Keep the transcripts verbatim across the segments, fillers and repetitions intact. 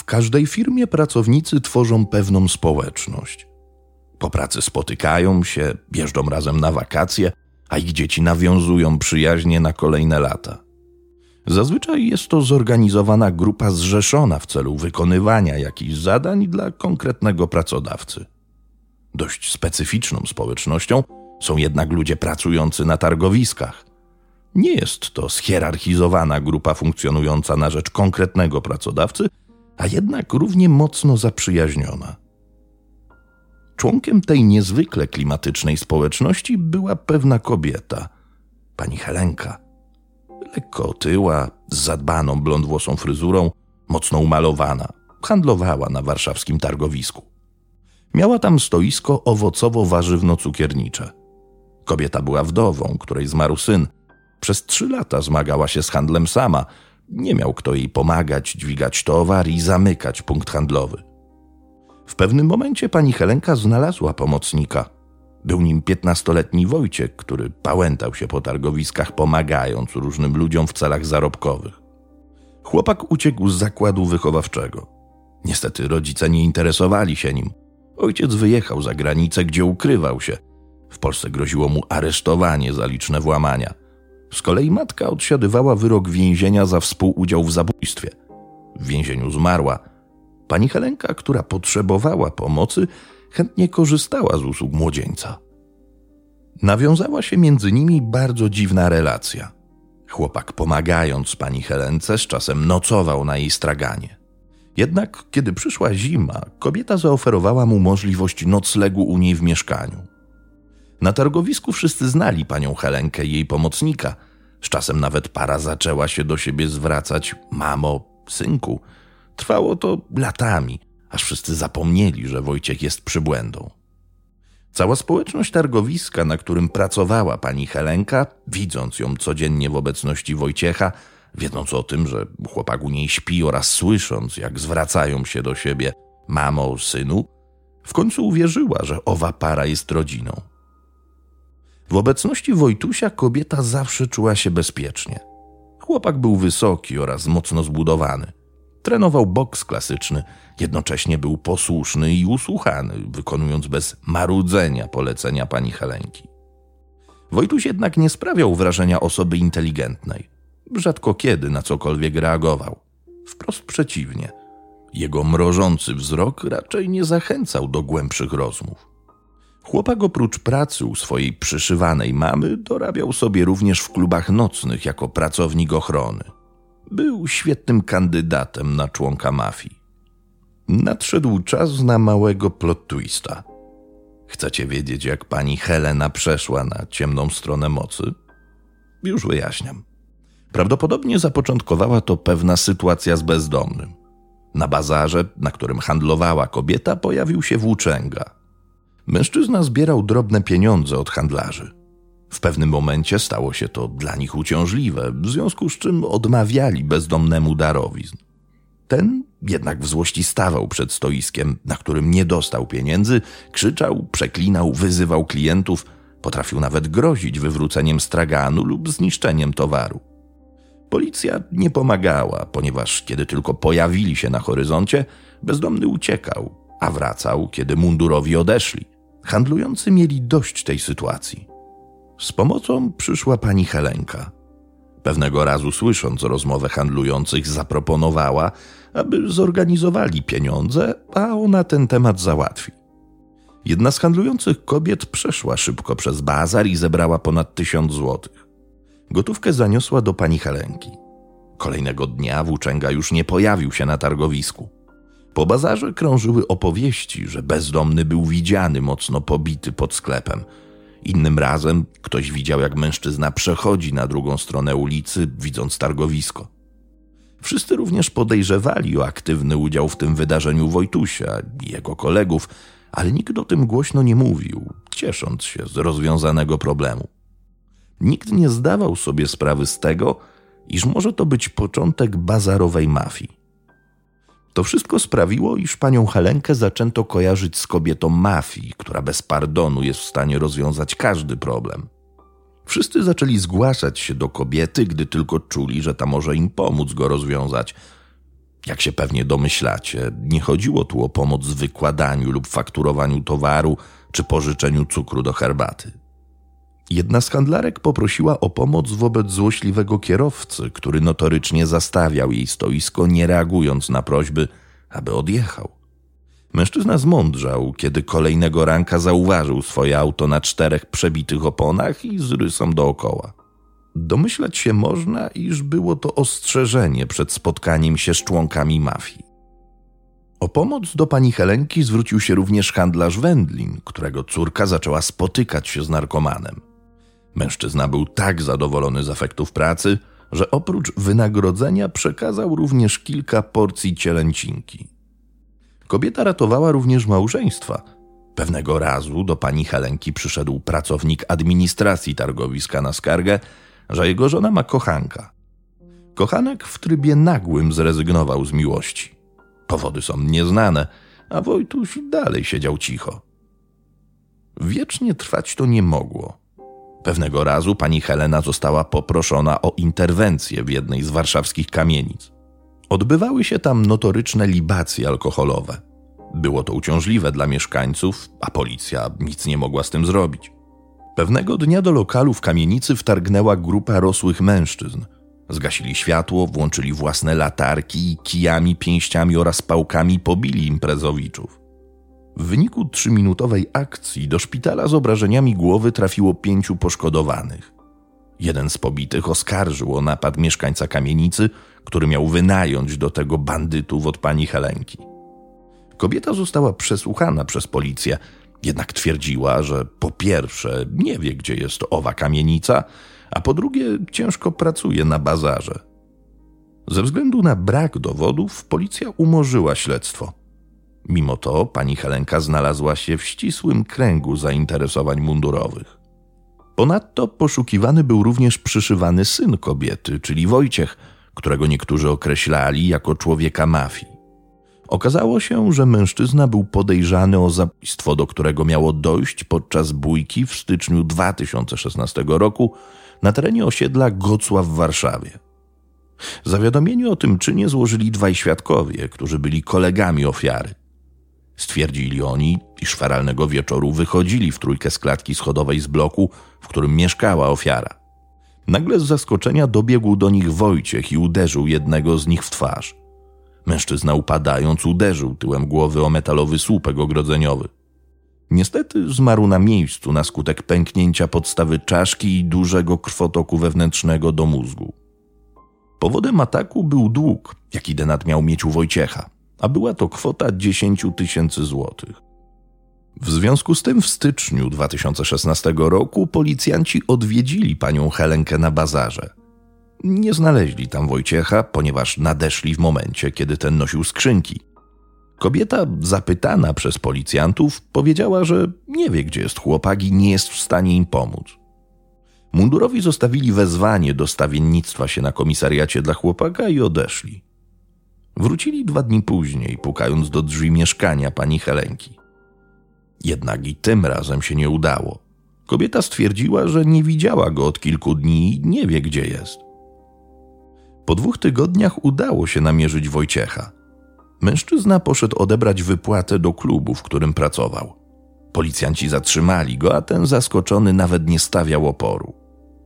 W każdej firmie pracownicy tworzą pewną społeczność. Po pracy spotykają się, jeżdżą razem na wakacje, a ich dzieci nawiązują przyjaźnie na kolejne lata. Zazwyczaj jest to zorganizowana grupa zrzeszona w celu wykonywania jakichś zadań dla konkretnego pracodawcy. Dość specyficzną społecznością są jednak ludzie pracujący na targowiskach. Nie jest to schierarchizowana grupa funkcjonująca na rzecz konkretnego pracodawcy, a jednak równie mocno zaprzyjaźniona. Członkiem tej niezwykle klimatycznej społeczności była pewna kobieta, pani Helenka. Lekko otyła, z zadbaną blondwłosą fryzurą, mocno umalowana, handlowała na warszawskim targowisku. Miała tam stoisko owocowo-warzywno-cukiernicze. Kobieta była wdową, której zmarł syn. Przez trzy lata zmagała się z handlem sama. Nie miał kto jej pomagać, dźwigać towar i zamykać punkt handlowy. W pewnym momencie pani Helenka znalazła pomocnika. Był nim piętnastoletni Wojciech, który pałętał się po targowiskach, pomagając różnym ludziom w celach zarobkowych. Chłopak uciekł z zakładu wychowawczego. Niestety rodzice nie interesowali się nim. Ojciec wyjechał za granicę, gdzie ukrywał się. W Polsce groziło mu aresztowanie za liczne włamania. Z kolei matka odsiadywała wyrok więzienia za współudział w zabójstwie. W więzieniu zmarła. Pani Helenka, która potrzebowała pomocy, chętnie korzystała z usług młodzieńca. Nawiązała się między nimi bardzo dziwna relacja. Chłopak, pomagając pani Helence, z czasem nocował na jej straganie. Jednak kiedy przyszła zima, kobieta zaoferowała mu możliwość noclegu u niej w mieszkaniu. Na targowisku wszyscy znali panią Helenkę i jej pomocnika. Z czasem nawet para zaczęła się do siebie zwracać: mamo, synku. Trwało to latami, aż wszyscy zapomnieli, że Wojciech jest przybłędą. Cała społeczność targowiska, na którym pracowała pani Helenka, widząc ją codziennie w obecności Wojciecha, wiedząc o tym, że chłopak u niej śpi oraz słysząc, jak zwracają się do siebie: mamo, synu, w końcu uwierzyła, że owa para jest rodziną. W obecności Wojtusia kobieta zawsze czuła się bezpiecznie. Chłopak był wysoki oraz mocno zbudowany. Trenował boks klasyczny, jednocześnie był posłuszny i usłuchany, wykonując bez marudzenia polecenia pani Helenki. Wojtuś jednak nie sprawiał wrażenia osoby inteligentnej. Rzadko kiedy na cokolwiek reagował. Wprost przeciwnie. Jego mrożący wzrok raczej nie zachęcał do głębszych rozmów. Chłopak oprócz pracy u swojej przyszywanej mamy dorabiał sobie również w klubach nocnych jako pracownik ochrony. Był świetnym kandydatem na członka mafii. Nadszedł czas na małego plot twista. Chcecie wiedzieć, jak pani Helena przeszła na ciemną stronę mocy? Już wyjaśniam. Prawdopodobnie zapoczątkowała to pewna sytuacja z bezdomnym. Na bazarze, na którym handlowała kobieta, pojawił się włóczęga. Mężczyzna zbierał drobne pieniądze od handlarzy. W pewnym momencie stało się to dla nich uciążliwe, w związku z czym odmawiali bezdomnemu darowizn. Ten jednak w złości stawał przed stoiskiem, na którym nie dostał pieniędzy, krzyczał, przeklinał, wyzywał klientów, potrafił nawet grozić wywróceniem straganu lub zniszczeniem towaru. Policja nie pomagała, ponieważ kiedy tylko pojawili się na horyzoncie, bezdomny uciekał, a wracał, kiedy mundurowi odeszli. Handlujący mieli dość tej sytuacji. Z pomocą przyszła pani Helenka. Pewnego razu, słysząc rozmowę handlujących, zaproponowała, aby zorganizowali pieniądze, a ona ten temat załatwi. Jedna z handlujących kobiet przeszła szybko przez bazar i zebrała ponad tysiąc złotych. Gotówkę zaniosła do pani Helenki. Kolejnego dnia włóczęga już nie pojawił się na targowisku. Po bazarze krążyły opowieści, że bezdomny był widziany mocno pobity pod sklepem. Innym razem ktoś widział, jak mężczyzna przechodzi na drugą stronę ulicy, widząc targowisko. Wszyscy również podejrzewali o aktywny udział w tym wydarzeniu Wojtusia i jego kolegów, ale nikt o tym głośno nie mówił, ciesząc się z rozwiązanego problemu. Nikt nie zdawał sobie sprawy z tego, iż może to być początek bazarowej mafii. To wszystko sprawiło, iż panią Helenkę zaczęto kojarzyć z kobietą mafii, która bez pardonu jest w stanie rozwiązać każdy problem. Wszyscy zaczęli zgłaszać się do kobiety, gdy tylko czuli, że ta może im pomóc go rozwiązać. Jak się pewnie domyślacie, nie chodziło tu o pomoc w wykładaniu lub fakturowaniu towaru czy pożyczeniu cukru do herbaty. Jedna z handlarek poprosiła o pomoc wobec złośliwego kierowcy, który notorycznie zastawiał jej stoisko, nie reagując na prośby, aby odjechał. Mężczyzna zmądrzał, kiedy kolejnego ranka zauważył swoje auto na czterech przebitych oponach i z rysą dookoła. Domyślać się można, iż było to ostrzeżenie przed spotkaniem się z członkami mafii. O pomoc do pani Helenki zwrócił się również handlarz wędlin, którego córka zaczęła spotykać się z narkomanem. Mężczyzna był tak zadowolony z efektów pracy, że oprócz wynagrodzenia przekazał również kilka porcji cielęcinki. Kobieta ratowała również małżeństwa. Pewnego razu do pani Helenki przyszedł pracownik administracji targowiska na skargę, że jego żona ma kochanka. Kochanek w trybie nagłym zrezygnował z miłości. Powody są nieznane, a Wojtuś dalej siedział cicho. Wiecznie trwać to nie mogło. Pewnego razu pani Helena została poproszona o interwencję w jednej z warszawskich kamienic. Odbywały się tam notoryczne libacje alkoholowe. Było to uciążliwe dla mieszkańców, a policja nic nie mogła z tym zrobić. Pewnego dnia do lokalu w kamienicy wtargnęła grupa rosłych mężczyzn. Zgasili światło, włączyli własne latarki i kijami, pięściami oraz pałkami pobili imprezowiczów. W wyniku trzyminutowej akcji do szpitala z obrażeniami głowy trafiło pięciu poszkodowanych. Jeden z pobitych oskarżył o napad mieszkańca kamienicy, który miał wynająć do tego bandytów od pani Helenki. Kobieta została przesłuchana przez policję, jednak twierdziła, że po pierwsze nie wie, gdzie jest owa kamienica, a po drugie ciężko pracuje na bazarze. Ze względu na brak dowodów policja umorzyła śledztwo. Mimo to pani Helenka znalazła się w ścisłym kręgu zainteresowań mundurowych. Ponadto poszukiwany był również przyszywany syn kobiety, czyli Wojciech, którego niektórzy określali jako człowieka mafii. Okazało się, że mężczyzna był podejrzany o zabójstwo, do którego miało dojść podczas bójki w styczniu dwa tysiące szesnastego roku na terenie osiedla Gocław w Warszawie. Zawiadomienie o tym czynie złożyli dwaj świadkowie, którzy byli kolegami ofiary. Stwierdzili oni, iż feralnego wieczoru wychodzili w trójkę z klatki schodowej z bloku, w którym mieszkała ofiara. Nagle z zaskoczenia dobiegł do nich Wojciech i uderzył jednego z nich w twarz. Mężczyzna upadając uderzył tyłem głowy o metalowy słupek ogrodzeniowy. Niestety zmarł na miejscu na skutek pęknięcia podstawy czaszki i dużego krwotoku wewnętrznego do mózgu. Powodem ataku był dług, jaki denat miał mieć u Wojciecha, a była to kwota dziesięć tysięcy złotych. W związku z tym w styczniu dwa tysiące szesnastego roku policjanci odwiedzili panią Helenkę na bazarze. Nie znaleźli tam Wojciecha, ponieważ nadeszli w momencie, kiedy ten nosił skrzynki. Kobieta, zapytana przez policjantów, powiedziała, że nie wie, gdzie jest chłopak i nie jest w stanie im pomóc. Mundurowi zostawili wezwanie do stawiennictwa się na komisariacie dla chłopaka i odeszli. Wrócili dwa dni później, pukając do drzwi mieszkania pani Helenki. Jednak i tym razem się nie udało. Kobieta stwierdziła, że nie widziała go od kilku dni i nie wie, gdzie jest. Po dwóch tygodniach udało się namierzyć Wojciecha. Mężczyzna poszedł odebrać wypłatę do klubu, w którym pracował. Policjanci zatrzymali go, a ten zaskoczony nawet nie stawiał oporu.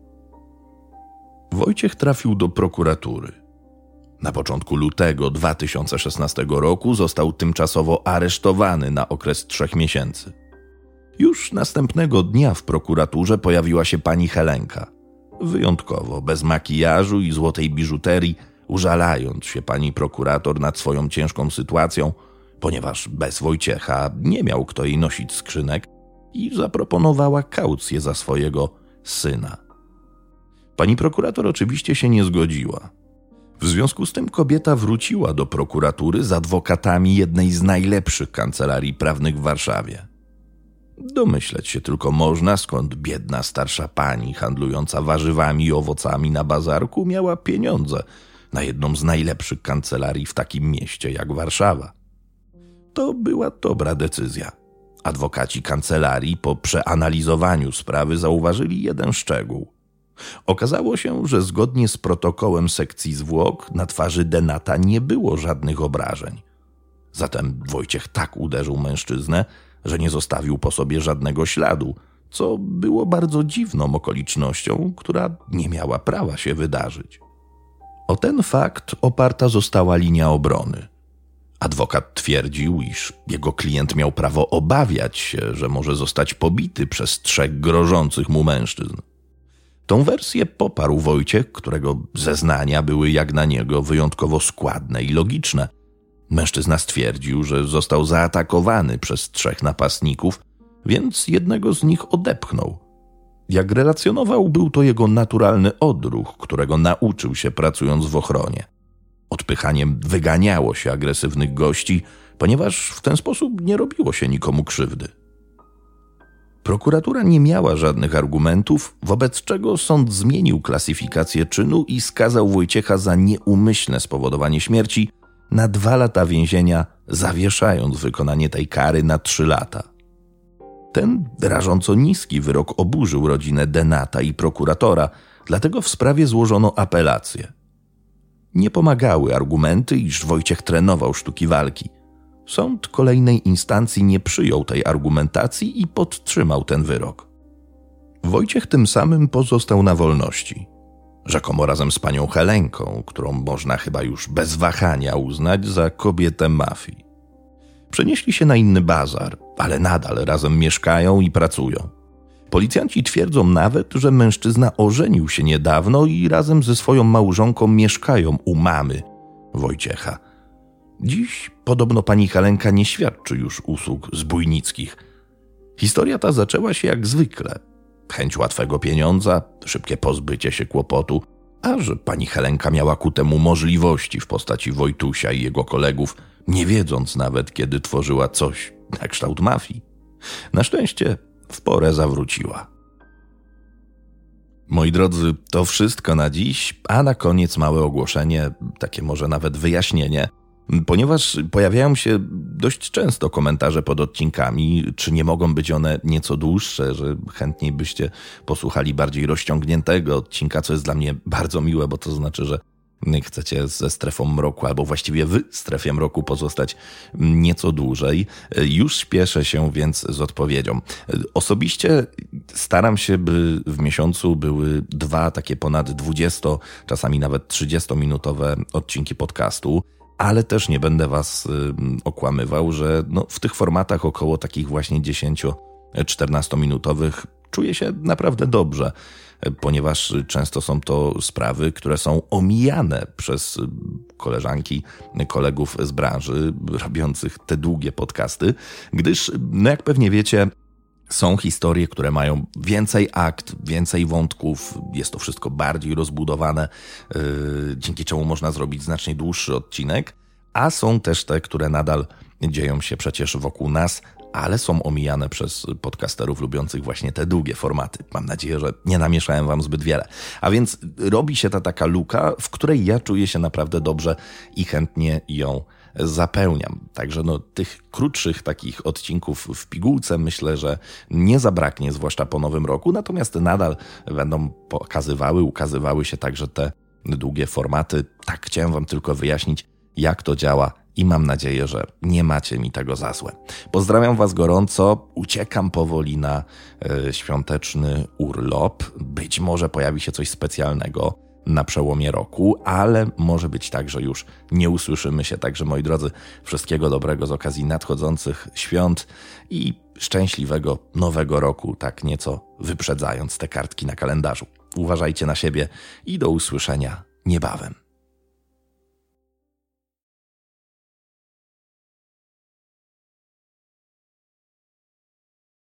Wojciech trafił do prokuratury. Na początku lutego dwa tysiące szesnastego roku został tymczasowo aresztowany na okres trzech miesięcy. Już następnego dnia w prokuraturze pojawiła się pani Helenka. Wyjątkowo, bez makijażu i złotej biżuterii, użalając się pani prokurator nad swoją ciężką sytuacją, ponieważ bez Wojciecha nie miał kto jej nosić skrzynek, i zaproponowała kaucję za swojego syna. Pani prokurator oczywiście się nie zgodziła. W związku z tym kobieta wróciła do prokuratury z adwokatami jednej z najlepszych kancelarii prawnych w Warszawie. Domyśleć się tylko można, skąd biedna starsza pani handlująca warzywami i owocami na bazarku miała pieniądze na jedną z najlepszych kancelarii w takim mieście jak Warszawa. To była dobra decyzja. Adwokaci kancelarii po przeanalizowaniu sprawy zauważyli jeden szczegół. Okazało się, że zgodnie z protokołem sekcji zwłok na twarzy Denata nie było żadnych obrażeń. Zatem Wojciech tak uderzył mężczyznę, że nie zostawił po sobie żadnego śladu, co było bardzo dziwną okolicznością, która nie miała prawa się wydarzyć. O ten fakt oparta została linia obrony. Adwokat twierdził, iż jego klient miał prawo obawiać się, że może zostać pobity przez trzech grożących mu mężczyzn. Tą wersję poparł Wojciech, którego zeznania były jak na niego wyjątkowo składne i logiczne. Mężczyzna stwierdził, że został zaatakowany przez trzech napastników, więc jednego z nich odepchnął. Jak relacjonował, był to jego naturalny odruch, którego nauczył się pracując w ochronie. Odpychaniem wyganiało się agresywnych gości, ponieważ w ten sposób nie robiło się nikomu krzywdy. Prokuratura nie miała żadnych argumentów, wobec czego sąd zmienił klasyfikację czynu i skazał Wojciecha za nieumyślne spowodowanie śmierci na dwa lata więzienia, zawieszając wykonanie tej kary na trzy lata. Ten rażąco niski wyrok oburzył rodzinę Denata i prokuratora, dlatego w sprawie złożono apelację. Nie pomagały argumenty, iż Wojciech trenował sztuki walki. Sąd kolejnej instancji nie przyjął tej argumentacji i podtrzymał ten wyrok. Wojciech tym samym pozostał na wolności. Rzekomo razem z panią Helenką, którą można chyba już bez wahania uznać za kobietę mafii. Przenieśli się na inny bazar, ale nadal razem mieszkają i pracują. Policjanci twierdzą nawet, że mężczyzna ożenił się niedawno i razem ze swoją małżonką mieszkają u mamy Wojciecha. Dziś podobno pani Helenka nie świadczy już usług zbójnickich. Historia ta zaczęła się jak zwykle. Chęć łatwego pieniądza, szybkie pozbycie się kłopotu, a że pani Helenka miała ku temu możliwości w postaci Wojtusia i jego kolegów, nie wiedząc nawet, kiedy tworzyła coś na kształt mafii. Na szczęście w porę zawróciła. Moi drodzy, to wszystko na dziś, a na koniec małe ogłoszenie, takie może nawet wyjaśnienie, ponieważ pojawiają się dość często komentarze pod odcinkami, czy nie mogą być one nieco dłuższe, że chętniej byście posłuchali bardziej rozciągniętego odcinka, co jest dla mnie bardzo miłe, bo to znaczy, że chcecie ze strefą mroku, albo właściwie w strefie mroku pozostać nieco dłużej. Już śpieszę się więc z odpowiedzią. Osobiście staram się, by w miesiącu były dwa takie ponad dwudziesto, czasami nawet trzydziestominutowe odcinki podcastu, ale też nie będę was okłamywał, że no, w tych formatach około takich właśnie dziesięcio-czternastominutowych czuję się naprawdę dobrze, ponieważ często są to sprawy, które są omijane przez koleżanki, kolegów z branży robiących te długie podcasty, gdyż, no jak pewnie wiecie, są historie, które mają więcej akt, więcej wątków, jest to wszystko bardziej rozbudowane, yy, dzięki czemu można zrobić znacznie dłuższy odcinek, a są też te, które nadal dzieją się przecież wokół nas, ale są omijane przez podcasterów lubiących właśnie te długie formaty. Mam nadzieję, że nie namieszałem wam zbyt wiele. A więc robi się ta taka luka, w której ja czuję się naprawdę dobrze i chętnie ją zapełniam. Także no, tych krótszych takich odcinków w pigułce myślę, że nie zabraknie, zwłaszcza po nowym roku, natomiast nadal będą pokazywały, ukazywały się także te długie formaty. Tak chciałem wam tylko wyjaśnić, jak to działa i mam nadzieję, że nie macie mi tego za złe. Pozdrawiam was gorąco, uciekam powoli na y, świąteczny urlop. Być może pojawi się coś specjalnego na przełomie roku, ale może być tak, że już nie usłyszymy się. Także moi drodzy, wszystkiego dobrego z okazji nadchodzących świąt i szczęśliwego nowego roku, tak nieco wyprzedzając te kartki na kalendarzu. Uważajcie na siebie i do usłyszenia niebawem.